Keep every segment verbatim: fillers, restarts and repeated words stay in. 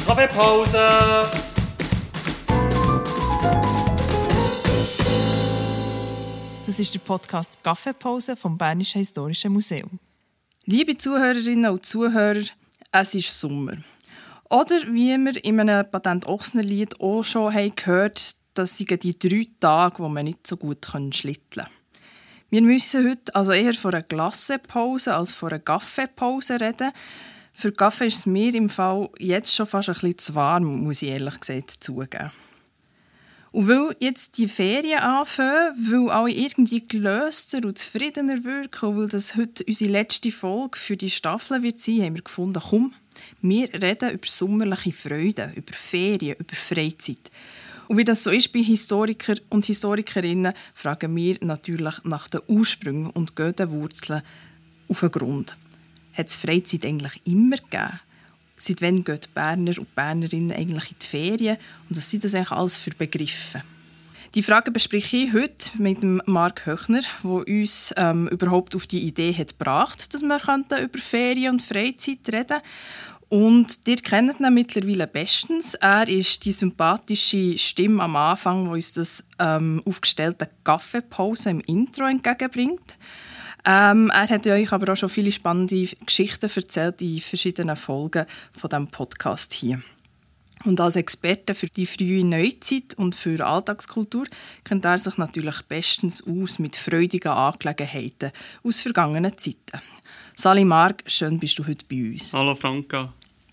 Kaffeepause! Das ist der Podcast «Kaffeepause» vom Bernischen Historischen Museum. Liebe Zuhörerinnen und Zuhörer, es ist Sommer. Oder wie wir in einem Patent-Ochsner-Lied auch schon haben gehört, das sind die drei Tage, wo man nicht so gut schlitteln kann. Wir müssen heute also eher von einer Glassepause als von einer Kaffeepause reden. Für Kaffee ist es mir im Fall jetzt schon fast ein bisschen zu warm, muss ich ehrlich gesagt zugeben. Und weil jetzt die Ferien anfangen, weil alle irgendwie gelöster und zufriedener wirken und weil das heute unsere letzte Folge für die Staffel wird sein, haben wir gefunden, komm, wir reden über sommerliche Freuden, über Ferien, über Freizeit. Und wie das so ist bei Historikern und Historikerinnen, fragen wir natürlich nach den Ursprüngen und gehen den Wurzeln auf den Grund. Hat es Freizeit eigentlich immer gegeben? Seit wann gehen die Berner und Bernerinnen eigentlich in die Ferien? Und was sind das eigentlich alles für Begriffe? Die Frage bespreche ich heute mit dem Marc Höchner, der uns ähm, überhaupt auf die Idee hat gebracht, dass wir über Ferien und Freizeit reden können. Und ihr kennt ihn mittlerweile bestens. Er ist die sympathische Stimme am Anfang, die uns das ähm, aufgestellte Kaffeepause im Intro entgegenbringt. Ähm, er hat euch aber auch schon viele spannende Geschichten erzählt in verschiedenen Folgen von diesem Podcast hier. Und als Experte für die frühe Neuzeit und für Alltagskultur kennt er sich natürlich bestens aus mit freudigen Angelegenheiten aus vergangenen Zeiten. Sali Marc, schön bist du heute bei uns. Hallo Franka.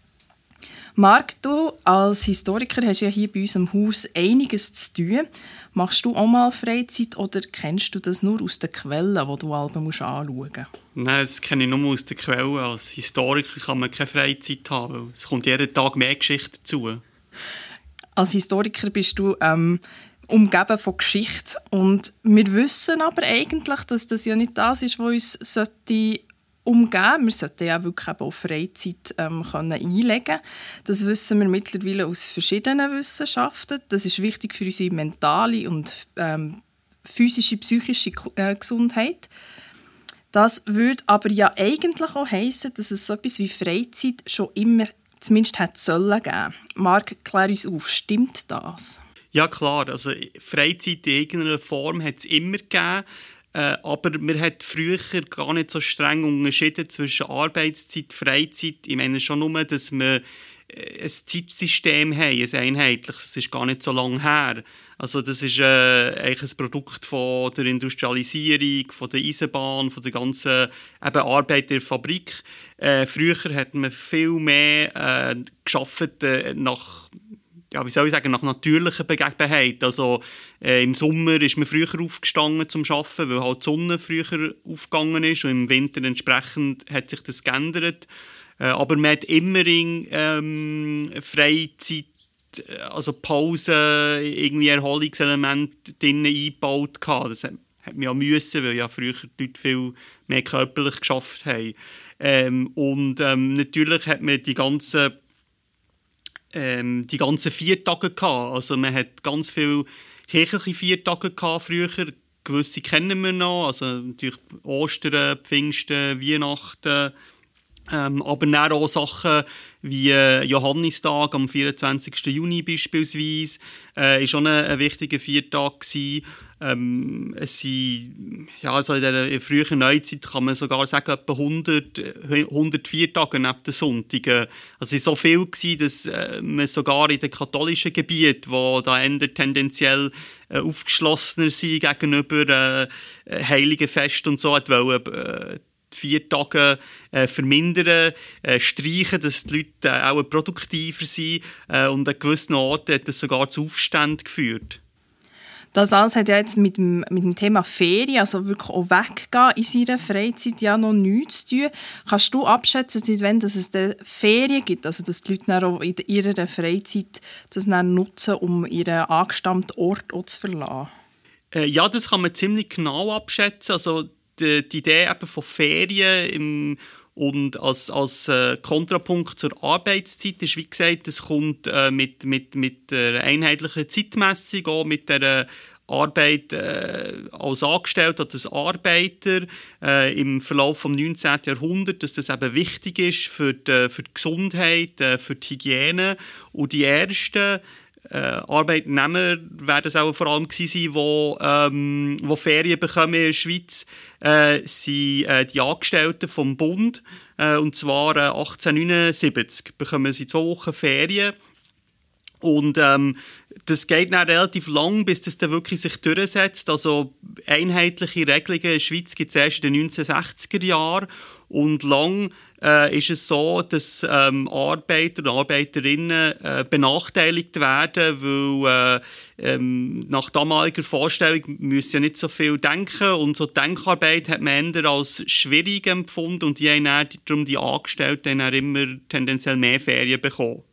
Marc, du als Historiker hast ja hier bei uns im Haus einiges zu tun. Machst du auch mal Freizeit oder kennst du das nur aus den Quellen, die du Alben anschauen musst? Nein, das kenne ich nur aus den Quellen. Als Historiker kann man keine Freizeit haben. Es kommt jeden Tag mehr Geschichte dazu. Als Historiker bist du ähm, umgeben von Geschichte. Und wir wissen aber eigentlich, dass das ja nicht das ist, was uns sollte umgeben. Wir sollten ja wirklich auch Freizeit ähm, können einlegen können. Das wissen wir mittlerweile aus verschiedenen Wissenschaften. Das ist wichtig für unsere mentale und ähm, physische, psychische äh, Gesundheit. Das würde aber ja eigentlich auch heissen, dass es so etwas wie Freizeit schon immer zumindest hätte sollen geben. Marc, klär uns auf, stimmt das? Ja klar, also Freizeit in irgendeiner Form hat es immer gegeben. Äh, aber man hat früher gar nicht so streng unterschieden zwischen Arbeitszeit und Freizeit. Ich meine schon nur, dass wir ein Zeitsystem haben, ein einheitliches. Das ist gar nicht so lange her. Also das ist äh, eigentlich ein Produkt von der Industrialisierung, von der Eisenbahn, von der ganzen eben, Arbeit in der Fabrik. Äh, früher hat man viel mehr äh, gearbeitet äh, nach... Ja, wie soll ich sagen, nach natürlicher Begebenheit. Also, äh, im Sommer ist man früher aufgestanden zum Arbeiten, weil halt die Sonne früher aufgegangen ist. Und im Winter entsprechend hat sich das geändert. Äh, aber man hat immer in ähm, Freizeit, also Pause, irgendwie Erholungselemente drin eingebaut. Das hat, hat man ja müssen, weil ja früher die Leute viel mehr körperlich geschafft haben. Ähm, und ähm, natürlich hat man die ganzen Ähm, die ganzen Viertage gehabt. Also man hat ganz viele kirchliche Viertage gehabt früher. Gewisse kennen wir noch. Also natürlich Ostern, Pfingsten, Weihnachten. Ähm, aber dann auch Sachen wie äh, Johannistag am vierundzwanzigsten Juni beispielsweise. Äh, ist auch ein, ein wichtiger Viertag gewesen. Ähm, es sind, ja, also in der frühen Neuzeit kann man sogar sagen, etwa hundert, hundertvier Tage neben den Sonntagen. Also es war so viel gewesen, dass äh, man sogar in den katholischen Gebieten, die da eher tendenziell äh, aufgeschlossener sind gegenüber äh, Heiligen Fest und so, hat wollen, äh, vier Tage äh, vermindern, äh, streichen, dass die Leute äh, auch produktiver sind. Äh, und an gewissen Orten hat das sogar zu Aufständen geführt. Das alles hat ja jetzt mit dem, mit dem Thema Ferien, also wirklich auch weggehen in seiner Freizeit, ja noch nichts zu tun. Kannst du abschätzen, wenn es Ferien gibt, also dass die Leute dann auch in ihrer Freizeit das dann nutzen, um ihren angestammten Ort auch zu verlassen? Äh, ja, das kann man ziemlich genau abschätzen. Also die, die Idee eben von Ferien im Und als, als äh, Kontrapunkt zur Arbeitszeit ist, wie gesagt, es kommt äh, mit, mit, mit der einheitlichen Zeitmessung, auch mit der Arbeit äh, als Angestellter oder als Arbeiter äh, im Verlauf des neunzehnten Jahrhunderts, dass das eben wichtig ist für die, für die Gesundheit, äh, für die Hygiene. Und die ersten äh, Arbeitnehmer werden es auch vor allem gewesen sein, die ähm, wo Ferien bekommen in der Schweiz, äh, sind äh, die Angestellten vom Bund. Äh, und zwar äh, achtzehnhundertneunundsiebzig bekommen sie zwei Wochen Ferien. Und ähm, das geht dann relativ lang, bis das dann wirklich sich durchsetzt. Also einheitliche Regelungen in der Schweiz gibt es erst in den neunzehnhundertsechziger Jahren. Und lang äh, ist es so, dass ähm, Arbeiter und Arbeiterinnen äh, benachteiligt werden, weil äh, ähm, nach damaliger Vorstellung müssen ja nicht so viel denken. Und so Denkarbeit hat man eher als schwierig empfunden. Und die haben dann, darum die Angestellten haben immer tendenziell mehr Ferien bekommen.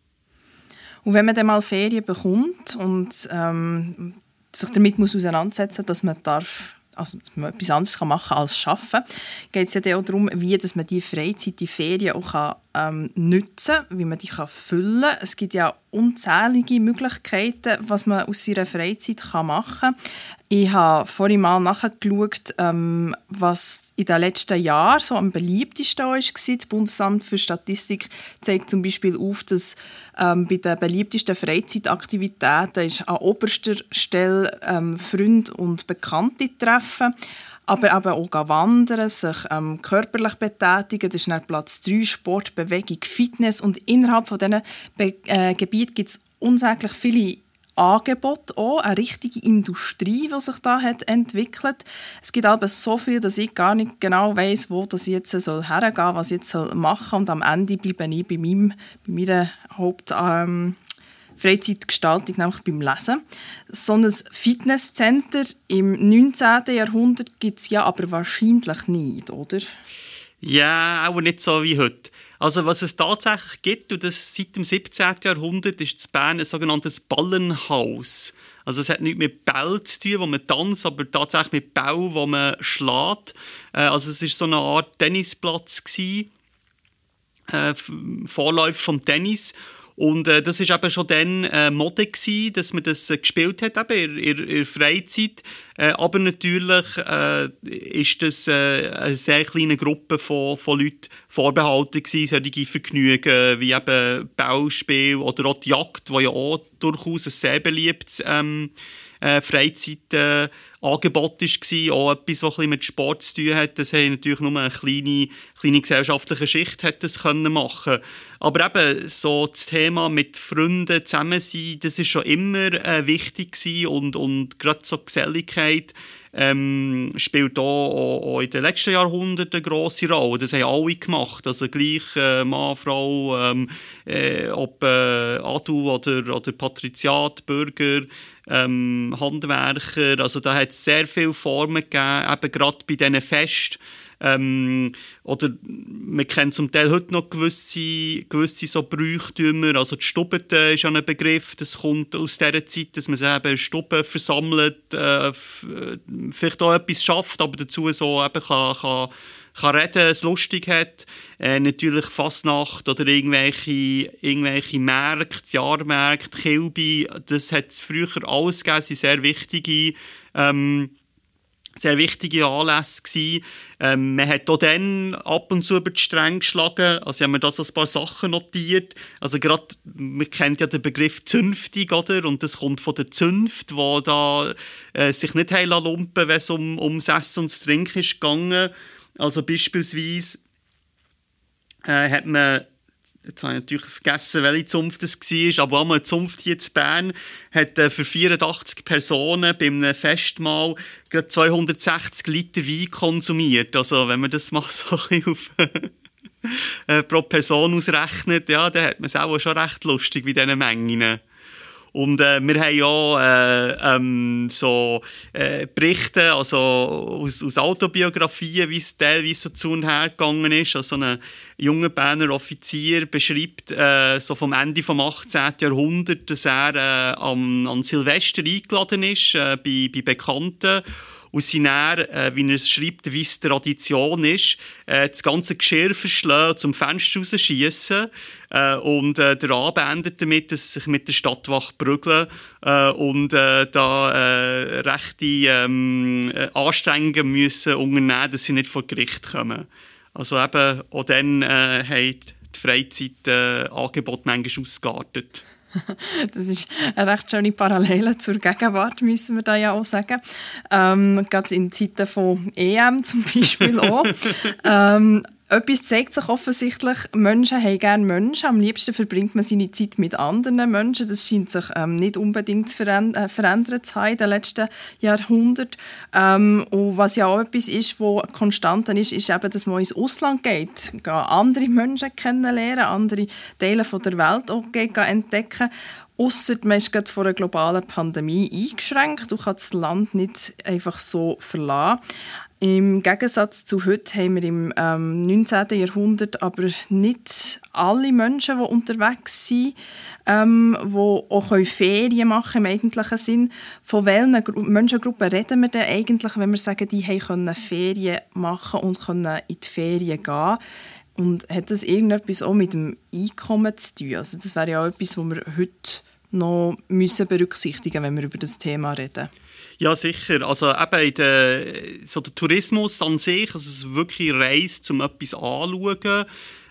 Und wenn man dann mal Ferien bekommt und ähm, sich damit muss auseinandersetzen muss, dass man darf, also dass man etwas anderes machen kann als arbeiten, geht es ja dann auch darum, wie dass man die Freizeit, die Ferien auch kann, ähm, nutzen kann, wie man die kann füllen kann. Es gibt ja unzählige Möglichkeiten, was man aus seiner Freizeit kann machen kann. Ich habe vorhin mal nachgeschaut, ähm, was in den letzten Jahren so am beliebtesten war. Das Bundesamt für Statistik zeigt zum Beispiel auf, dass ähm, bei den beliebtesten Freizeitaktivitäten ist an oberster Stelle ähm, Freunde und Bekannte treffen, aber eben auch wandern, sich ähm, körperlich betätigen. Das ist dann Platz drei, Sport, Bewegung, Fitness. Und innerhalb von diesen Be- äh, Gebieten gibt es unsäglich viele Angebote, auch eine richtige Industrie, die sich da hat entwickelt. Es gibt aber so viel, dass ich gar nicht genau weiss, wo das jetzt hergehen soll, was ich jetzt machen soll. Und am Ende bleibe ich bei, meinem, bei meiner Haupt ähm, Freizeitgestaltung, nämlich beim Lesen. So ein Fitnesscenter im neunzehnten Jahrhundert gibt es ja aber wahrscheinlich nicht, oder? Ja, auch nicht so wie heute. Also was es tatsächlich gibt, und das seit dem siebzehnten Jahrhundert, ist in Bern ein sogenanntes Ballenhaus. Also es hat nichts mit Ball zu tun, wo man tanzt, aber tatsächlich mit Ball, wo man schlägt. Äh, also es war so eine Art Tennisplatz gewesen, äh, Vorläufer vom Tennis. Und äh, das war eben schon dann äh, Mode gewesen, dass man das äh, gespielt hat, eben in, in, in der Freizeit. Äh, aber natürlich äh, ist das äh, eine sehr kleine Gruppe von, von Leuten vorbehalten gewesen, solche Vergnügen wie eben Ballspiel oder auch die Jagd, die ja auch durchaus ein sehr beliebtes ähm, äh, Freizeitangebot war, auch etwas, was mit Sport zu tun hat. Das hat natürlich nur eine kleine, kleine gesellschaftliche Schicht hat das können machen. Aber eben so das Thema mit Freunden zusammen sein, das ist schon immer äh, wichtig gewesen und, und gerade so Geselligkeit ähm, spielt auch, auch, auch in den letzten Jahrhunderten eine grosse Rolle. Das haben alle gemacht, also gleich äh, Mann, Frau, ähm, äh, ob äh, Adel oder, oder Patriziat, Bürger, ähm, Handwerker, also da hat es sehr viele Formen gegeben, eben gerade bei diesen Festen. Ähm, oder man kennt zum Teil heute noch gewisse, gewisse so Brauchtümer, also die Stubete ist ja ein Begriff, das kommt aus dieser Zeit, dass man sich eben in Stuben versammelt, äh, f- vielleicht auch etwas schafft, aber dazu so eben kann, kann, kann reden, es lustig hat. Äh, natürlich Fasnacht oder irgendwelche, irgendwelche Märkte, Jahrmärkte, Kilby, das hat es früher alles gegeben, sind sehr wichtige ähm, sehr wichtige Anlässe gewesen. Ähm, man hat auch dann ab und zu über die Stränge geschlagen. Also haben wir da so ein paar Sachen notiert. Also gerade, man kennt ja den Begriff Zünftig, oder? Und das kommt von der Zünft, die da äh, sich nicht lumpen, wenn es um, ums Essen und das Trinken ist gegangen. Also beispielsweise äh, hat man, jetzt habe ich natürlich vergessen, welche Zunft es war, aber auch mal eine Zunft hier in Bern hat äh, für vierundachtzig Personen bei einem Festmahl gerade zweihundertsechzig Liter Wein konsumiert. Also wenn man das mal so ein bisschen auf äh, pro Person ausrechnet, ja, dann hat man es auch schon recht lustig bei diesen Mengen. Und äh, wir haben ja äh, ähm, so äh, Berichte also aus, aus Autobiografien, wie es teilweise so zu und her gegangen ist. Also ein junger Berner Offizier beschreibt äh, so vom Ende des achtzehnten Jahrhunderts, dass er äh, an, an Silvester eingeladen ist äh, bei, bei Bekannten. und sie dann, äh, wie er es schreibt, wie es Tradition ist, äh, das ganze Geschirr verschlagen und zum Fenster rausschiessen. Äh, und äh, der Abend endet damit, dass sie sich mit der Stadtwache prügeln äh, und äh, da äh, rechte ähm, Anstrengungen müssen unternehmen, dass sie nicht vor Gericht kommen. Also eben, auch dann äh, haben die Freizeitangebote äh, manchmal ausgeartet. Das ist eine recht schöne Parallele zur Gegenwart, müssen wir da ja auch sagen. Ähm, gerade in Zeiten von E M zum Beispiel auch. ähm, Etwas zeigt sich offensichtlich, Menschen haben gerne Menschen. Am liebsten verbringt man seine Zeit mit anderen Menschen. Das scheint sich ähm, nicht unbedingt zu veränd- äh, verändert zu haben in den letzten Jahrhunderten. Ähm, und was ja auch etwas ist, was konstant ist, ist eben, dass man ins Ausland geht, geht andere Menschen kennenlernen, andere Teile von der Welt auch geht, entdecken. Ausser man ist gerade vor einer globalen Pandemie eingeschränkt und kann das Land nicht einfach so verlassen. Im Gegensatz zu heute haben wir im ähm, neunzehnten Jahrhundert aber nicht alle Menschen, die unterwegs sind, ähm, die auch Ferien machen im eigentlichen Sinn. Von welchen Gru- Menschengruppen reden wir denn eigentlich, wenn wir sagen, die können Ferien machen und können in die Ferien gehen? Und hat das irgendetwas auch mit dem Einkommen zu tun? Also das wäre ja auch etwas, was wir heute noch müssen berücksichtigen müssen, wenn wir über das Thema reden. Ja, sicher. Also eben in der, so der Tourismus an sich, also es ist wirklich Reise, um etwas anzuschauen,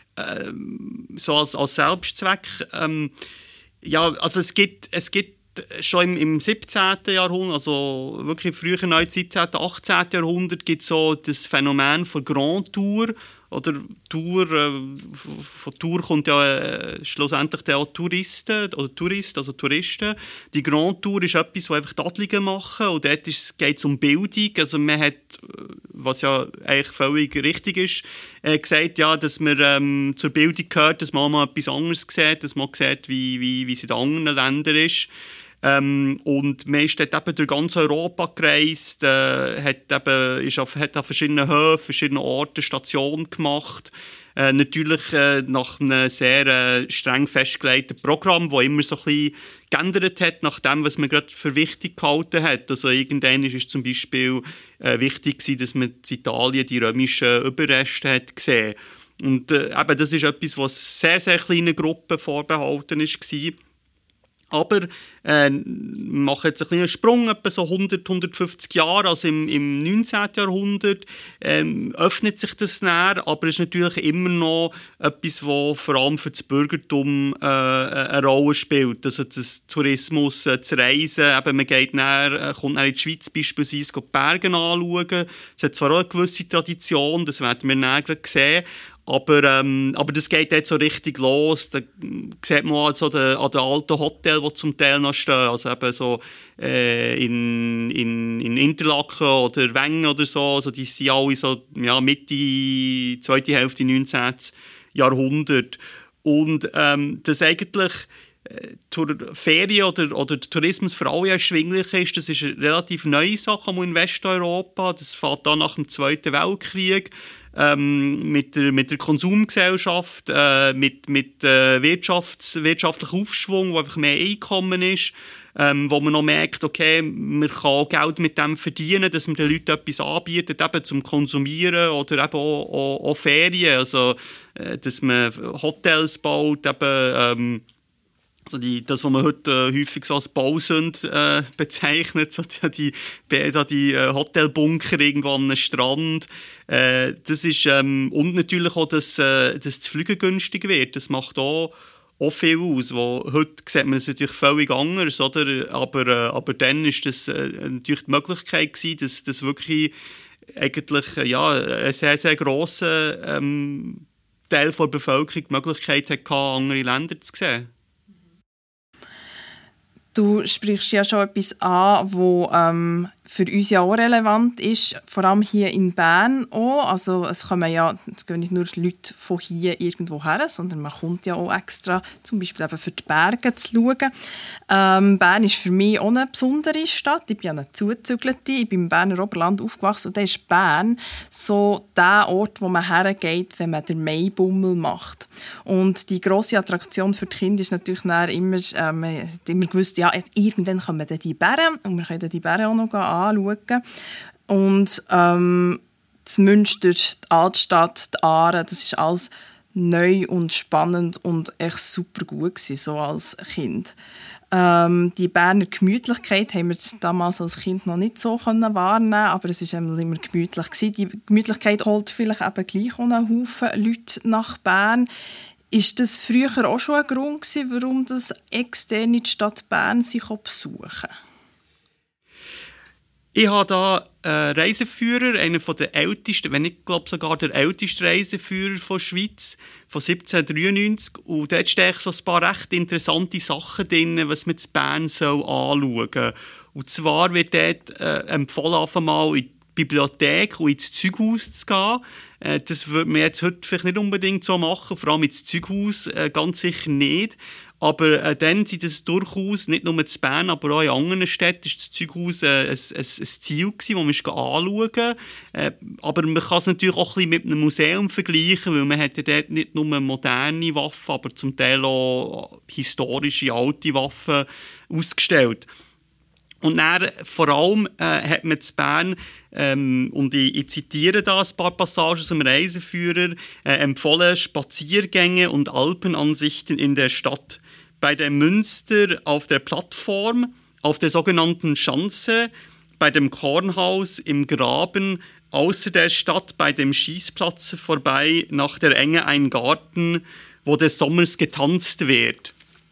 ähm, so als, als Selbstzweck. Ähm, ja, also es gibt, es gibt schon im, im siebzehnten Jahrhundert, also wirklich früher Neuzeit, siebzehnten, achtzehnten Jahrhundert, gibt es so das Phänomen von Grand Tour. Oder Tour, äh, von Tour kommt ja äh, schlussendlich auch Touristen oder Touristen, also Touristen. Die Grand Tour ist etwas, was einfach die Adligen machen und dort geht es um Bildung. Also man hat, was ja eigentlich völlig richtig ist, äh, gesagt, ja, dass man ähm, zur Bildung gehört, dass man auch mal etwas anderes sieht, dass man sieht, wie, wie, wie es in anderen Ländern ist. Ähm, und man ist dort eben durch ganz Europa gereist, äh, hat, eben, ist auf, hat an verschiedenen Höfen, verschiedenen Orten Stationen gemacht. Äh, natürlich äh, nach einem sehr äh, streng festgelegten Programm, das immer so ein bisschen geändert hat, nach dem, was man gerade für wichtig gehalten hat. Also irgendwann war es zum Beispiel äh, wichtig gewesen, dass man in Italien die römischen Überreste hat gesehen. Und äh, eben, das ist etwas, was sehr, sehr kleinen Gruppen vorbehalten war. Aber äh, wir machen jetzt einen kleinen Sprung, etwa so hundert, hundertfünfzig Jahre, also im, im neunzehnten Jahrhundert, ähm, öffnet sich das näher, aber es ist natürlich immer noch etwas, was vor allem für das Bürgertum äh, eine Rolle spielt. Also das Tourismus, äh, das Reisen, eben, man geht näher, äh, kommt näher in die Schweiz beispielsweise die Berge anschauen. Es hat zwar auch eine gewisse Tradition, das werden wir näher sehen, Aber, ähm, aber das geht jetzt so richtig los. Da sieht man also den, an den alten Hotels, die zum Teil noch stehen. Also eben so äh, in, in, in Interlaken oder Wengen oder so. Also die sind alle so ja, Mitte, zweite Hälfte neunzehnten Jahrhundert. Und ähm, das eigentlich äh, Ferien oder, oder Tourismus für alle erschwinglich ist, das ist eine relativ neue Sache in Westeuropa. Das fängt dann nach dem Zweiten Weltkrieg. Ähm, mit, der, mit der Konsumgesellschaft, äh, mit, mit äh, Wirtschafts-, wirtschaftlichem Aufschwung, wo einfach mehr Einkommen ist, ähm, wo man noch merkt, okay, man kann auch Geld mit dem verdienen, dass man den Leuten etwas anbietet, eben zum Konsumieren oder eben auch, auch, auch Ferien, also äh, dass man Hotels baut, eben ähm, also die, das, was man heute äh, häufig so als Bausünd äh, bezeichnet, so die, die, die äh, Hotelbunker irgendwo an einem Strand. Äh, das ist, ähm, und natürlich auch, dass, äh, dass das Fliegen günstig wird. Das macht auch, auch viel aus. Wo, heute sieht man es natürlich völlig anders, oder? Aber, äh, aber dann war das äh, natürlich die Möglichkeit gewesen, dass das wirklich eigentlich äh, ja, ein sehr, sehr grosser ähm, Teil der Bevölkerung die Möglichkeit hatte, andere Länder zu sehen. Du sprichst ja schon etwas an, was ähm, für uns ja auch relevant ist, vor allem hier in Bern auch. Also es kommen ja, es gehen nicht nur Leute von hier irgendwo her, sondern man kommt ja auch extra, zum Beispiel eben für die Berge zu schauen. Ähm, Bern ist für mich auch eine besondere Stadt. Ich bin ja eine Zugezügelte, ich bin im Berner Oberland aufgewachsen und da ist Bern so der Ort, wo man hergeht, wenn man den Maibummel macht. Und die grosse Attraktion für die Kinder ist natürlich immer, äh, man hat immer gewusst, ja, irgendwann kommen dann die Bären und wir können die Bären auch noch anschauen. Und ähm, das Münster, die Altstadt, die Aare, das ist alles neu und spannend und echt super gut gewesen, so als Kind. Ähm, die Berner Gemütlichkeit haben wir damals als Kind noch nicht so können wahrnehmen, aber es war immer gemütlich gewesen. Die Gemütlichkeit holt vielleicht eben gleich auch einen Haufen Leute nach Bern. Ist das früher auch schon ein Grund gewesen, warum das externe die Stadt Bern sich besuchen? Ich habe hier einen Reiseführer, einen der ältesten, wenn nicht glaube sogar der älteste Reiseführer der Schweiz, von siebzehnhundertdreiundneunzig. Und dort stehen so ein paar recht interessante Sachen drin, was man in Bern anschauen soll. Und zwar wird dort äh, empfohlen, einfach mal in die Bibliothek und ins Zeughaus zu gehen. Äh, das würde man jetzt heute vielleicht nicht unbedingt so machen, vor allem ins Zeughaus äh, ganz sicher nicht. Aber äh, dann sind das durchaus, nicht nur in Bern, aber auch in anderen Städten, ist das Zeughaus äh, ein, ein, ein Ziel gewesen, das man anschauen kann. Äh, aber man kann es natürlich auch ein bisschen mit einem Museum vergleichen, weil man hat ja dort nicht nur moderne Waffen, aber zum Teil auch historische, alte Waffen ausgestellt. Und dann, vor allem äh, hat man in Bern, ähm, und ich, ich zitiere da ein paar Passagen aus dem Reiseführer, äh, empfohlen Spaziergänge und Alpenansichten in der Stadt. Bei dem Münster auf der Plattform, auf der sogenannten Schanze, bei dem Kornhaus im Graben, außer der Stadt bei dem Schießplatz vorbei, nach der Enge ein Garten, wo des Sommers getanzt wird.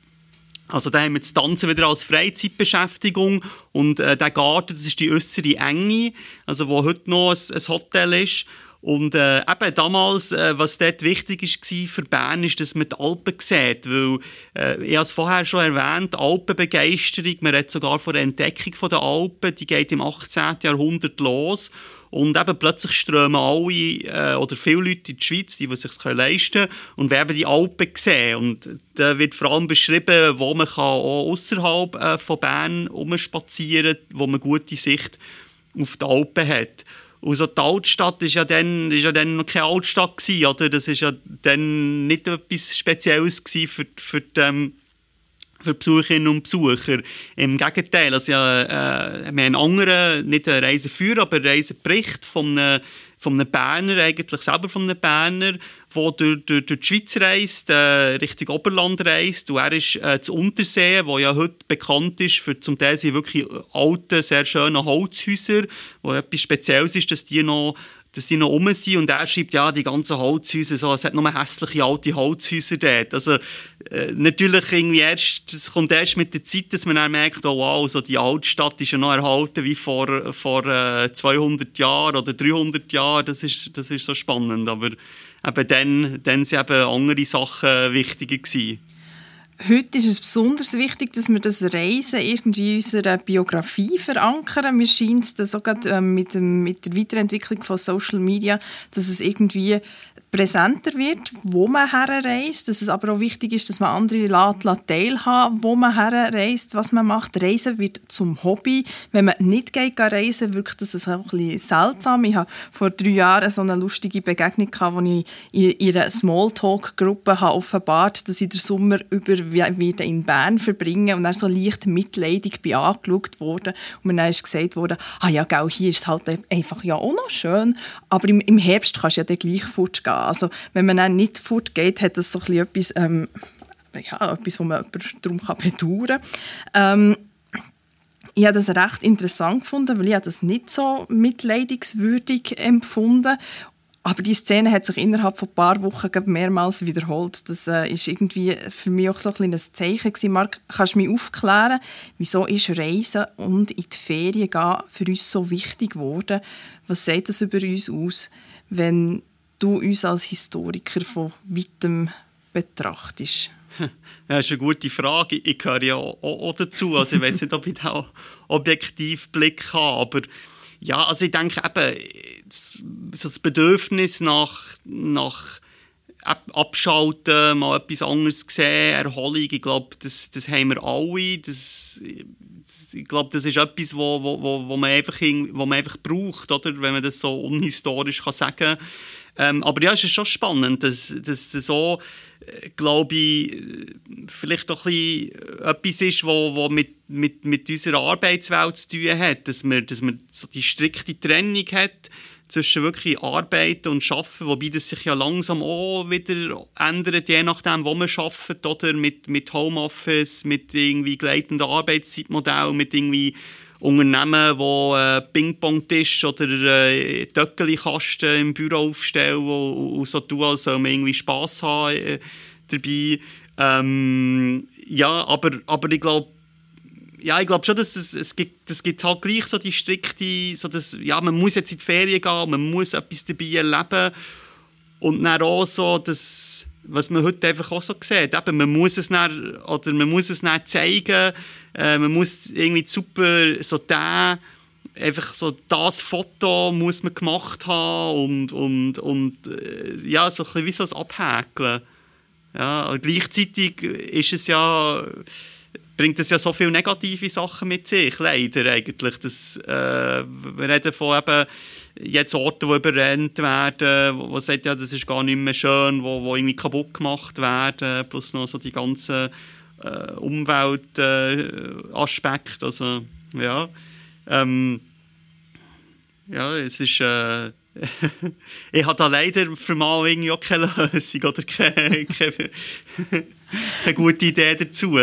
Also da haben wir das Tanzen wieder als Freizeitbeschäftigung und äh, der Garten, das ist die äußere Enge, also wo heute noch ein, ein Hotel ist. Und äh, eben damals, äh, was dort wichtig war für Bern, ist, dass man die Alpen sieht, weil, äh, ich habe es vorher schon erwähnt, die Alpenbegeisterung, man redet sogar von der Entdeckung der Alpen, die geht im achtzehnten Jahrhundert los. Und eben plötzlich strömen alle äh, oder viele Leute in die Schweiz, die, die es sich leisten können, und werden die Alpen sehen. Und da wird vor allem beschrieben, wo man auch außerhalb äh, von Bern rumspazieren kann, wo man gute Sicht auf die Alpen hat. Und so die Altstadt war ja dann, ist ja dann noch keine Altstadt gewesen, oder? Das war ja dann nicht etwas Spezielles gewesen für, für die, ähm, für Besucherinnen und Besucher. Im Gegenteil, also ja, äh, wir haben einen anderen, nicht einen Reiseführer, aber einen Reisebericht von einem, von einem Berner, eigentlich selber von einem Berner, der durch, durch, durch die Schweiz reist, äh, Richtung Oberland reist. Und er ist äh, zu Untersee, wo ja heute bekannt ist für zum Teil sind wirklich alte, sehr schöne Holzhäuser, wo etwas Spezielles ist, dass die noch dass die noch rum sind. Und er schreibt, ja, die ganzen Holzhäuser, so, es hat nur hässliche alte Holzhäuser dort. Also, äh, natürlich irgendwie erst, es kommt erst mit der Zeit, dass man dann merkt, oh wow, so die Altstadt ist ja noch erhalten wie vor, vor äh, zweihundert Jahren oder dreihundert Jahren. Das ist, das ist so spannend. Aber eben dann, dann sind eben andere Sachen wichtiger gewesen. Heute ist es besonders wichtig, dass wir das Reisen irgendwie in unserer Biografie verankern. Mir scheint es sogar äh, mit, dem, mit der Weiterentwicklung von Social Media, dass es irgendwie präsenter wird, wo man herreist, dass es aber auch wichtig ist, dass man andere lässt, teilhaben, wo man herreist, was man macht. Reisen wird zum Hobby. Wenn man nicht geht, reisen, wirkt das auch ein bisschen seltsam. Ich hatte vor drei Jahren so eine lustige Begegnung, wo ich in einer Smalltalk-Gruppe offenbart habe, dass ich den Sommer über wieder in Bern verbringe und dann so leicht mitleidig bin angeschaut worden und mir dann ist gesagt worden, ah ja, gell, hier ist es halt einfach ja auch noch schön, aber im, im Herbst kannst du ja dann gleich fortgehen. Also wenn man dann nicht fortgeht, hat das so ein bisschen etwas, ähm, ja, etwas, wo man darum bedauern kann. Ähm, ich habe das recht interessant gefunden, weil ich das nicht so mitleidigenswürdig empfunden. Aber die Szene hat sich innerhalb von ein paar Wochen mehrmals wiederholt. Das äh, ist irgendwie für mich auch so ein kleines Zeichen gewesen. Marc, kannst du mich aufklären, wieso ist Reisen und in die Ferien gehen für uns so wichtig geworden? Was sagt das über uns aus, wenn du uns als Historiker von weitem betrachtest? Ja, das ist eine gute Frage. Ich gehöre ja auch, auch dazu. Also ich weiß nicht, ob ich da einen objektiven Blick habe, aber ja, also ich denke eben, so das Bedürfnis nach, nach Abschalten, mal etwas anderes sehen, Erholung, ich glaube, das, das haben wir alle. Das, ich glaube, das ist etwas, wo, wo, wo, man einfach, wo man einfach braucht, oder? Wenn man das so unhistorisch kann sagen kann. Ähm, aber ja, es ist schon spannend, dass das so, äh, glaube ich, vielleicht auch ein bisschen etwas ist, wo, wo mit mit, mit unserer Arbeitswelt zu tun hat, dass man, dass man so die strikte Trennung hat zwischen wirklich Arbeiten und Arbeiten, wobei das sich ja langsam auch wieder ändert, je nachdem, wo man arbeitet, oder mit, mit Homeoffice, mit irgendwie gleitenden Arbeitszeitmodellen, mit irgendwie Unternehmen, die äh, Ping-Pong-Tisch oder äh, Töckeli-Kasten im Büro aufstellen und, und so tun, als soll man irgendwie Spass haben äh, dabei. Ähm, ja, aber, aber ich glaube, ja, ich glaube schon, dass es, es gibt, es gibt halt gleich so die strikte, so dass, ja, man muss jetzt in die Ferien gehen, man muss etwas dabei erleben und dann auch so, dass, was man heute einfach auch so sieht, eben, man muss es dann, oder man muss es dann zeigen, äh, man muss irgendwie super, so der, einfach so das Foto muss man gemacht haben und, und, und äh, ja, so ein bisschen wie so ein Abhäkeln. Ja, aber gleichzeitig ist es ja, bringt es ja so viele negative Sachen mit sich, leider eigentlich. Das, äh, wir reden von eben jetzt Orten, die überrennt werden, wo man sagt, ja, das ist gar nicht mehr schön, wo, wo irgendwie kaputt gemacht werden, plus noch so die ganzen äh, Umweltaspekte. Äh, also, ja, ähm, ja, es ist... Äh, ich habe da leider für mal irgendwie auch keine Lösung oder keine, keine, keine gute Idee dazu.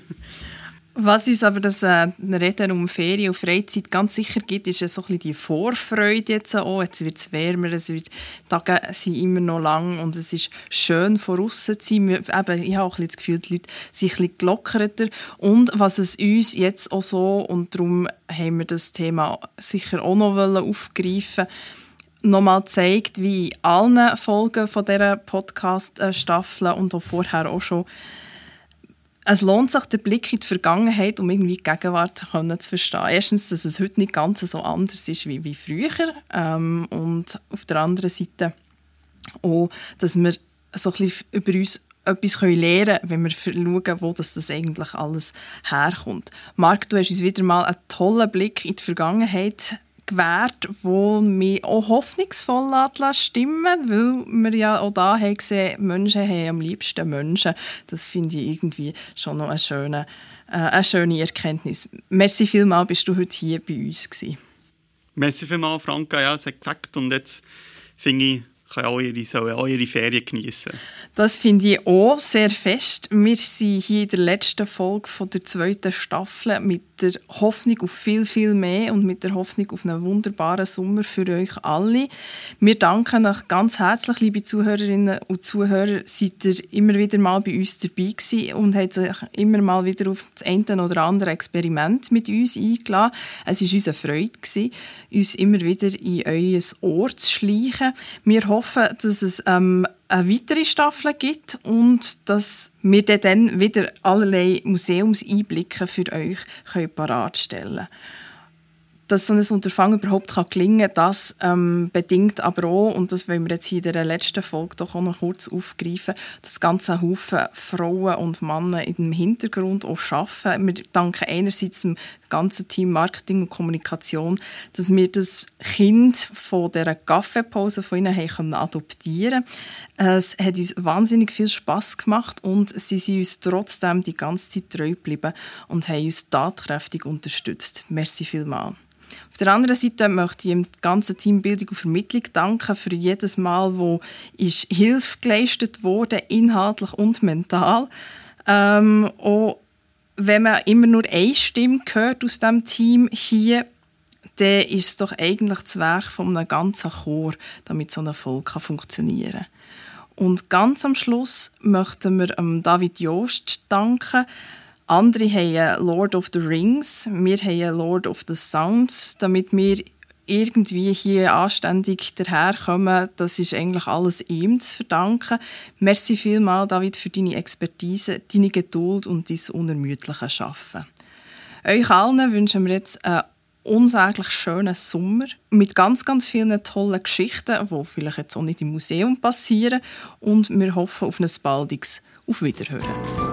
Was uns aber das äh, Reden um Ferien und Freizeit ganz sicher gibt, ist so ein bisschen die Vorfreude jetzt auch. Jetzt wird es wärmer, es wird, die Tage sind immer noch lang und es ist schön, von aussen zu sein. Wir, eben, ich habe auch ein bisschen das Gefühl, die Leute sind ein bisschen gelockerter. Und was es uns jetzt auch so, und darum haben wir das Thema sicher auch noch aufgreifen wollen, nochmal zeigt, wie in allen Folgen von dieser Podcast-Staffel und auch vorher auch schon, es lohnt sich, den Blick in die Vergangenheit, um irgendwie die Gegenwart zu verstehen. Erstens, dass es heute nicht ganz so anders ist wie, wie früher. Ähm, und auf der anderen Seite auch, dass wir so ein bisschen über uns etwas lernen können, wenn wir schauen, wo das, das eigentlich alles herkommt. Marc, du hast uns wieder mal einen tollen Blick in die Vergangenheit gewährt, wo mich auch hoffnungsvoll stimmen lässt, weil wir ja auch da haben gesehen, Menschen haben am liebsten Menschen. Das finde ich irgendwie schon noch eine schöne, äh, eine schöne Erkenntnis. Merci vielmals, bist du heute hier bei uns gewesen. Merci vielmals, Franka. Ja, es hat gefällt und jetzt finde ich, können auch ihre, sollen auch ihre Ferien geniessen. Das finde ich auch sehr fest. Wir sind hier in der letzten Folge von der zweiten Staffel mit der Hoffnung auf viel, viel mehr und mit der Hoffnung auf einen wunderbaren Sommer für euch alle. Wir danken euch ganz herzlich, liebe Zuhörerinnen und Zuhörer, seid ihr immer wieder mal bei uns dabei gewesen und habt euch immer mal wieder auf das eine oder andere Experiment mit uns eingeladen. Es war uns eine Freude gewesen, uns immer wieder in euer Ohr zu schleichen. Wir hoffen, dass es ähm, eine weitere Staffel gibt und dass wir dann wieder allerlei Museumseinblicke für euch bereitstellen können. Dass so ein Unterfangen überhaupt gelingen kann, das ähm, bedingt aber auch, und das wollen wir jetzt hier in der letzten Folge doch auch noch kurz aufgreifen, dass ganze Haufen Frauen und Männer im Hintergrund auch arbeiten. Wir danken einerseits dem ganzen Team Marketing und Kommunikation, dass wir das Kind von dieser Kaffeepause von ihnen haben adoptieren können. Es hat uns wahnsinnig viel Spass gemacht und sie sind uns trotzdem die ganze Zeit treu geblieben und haben uns tatkräftig unterstützt. Merci vielmals. Auf der anderen Seite möchte ich dem ganzen Team Bildung und Vermittlung danken für jedes Mal, wo ist Hilfe geleistet wurde, inhaltlich und mental. Ähm, auch wenn man immer nur eine Stimme hört aus diesem Team hier, dann ist es doch eigentlich das Werk von einem ganzen Chor, damit so eine Folge funktionieren kann. Und ganz am Schluss möchten wir David Joost danken. Andere haben Lord of the Rings, wir haben Lord of the Sounds, damit wir irgendwie hier anständig daherkommen. Das ist eigentlich alles ihm zu verdanken. Merci vielmals, David, für deine Expertise, deine Geduld und dein unermüdliche Arbeiten. Euch allen wünschen wir jetzt einen unsäglich schönen Sommer mit ganz, ganz vielen tollen Geschichten, die vielleicht jetzt auch nicht im Museum passieren. Und wir hoffen auf ein baldiges Auf Wiederhören.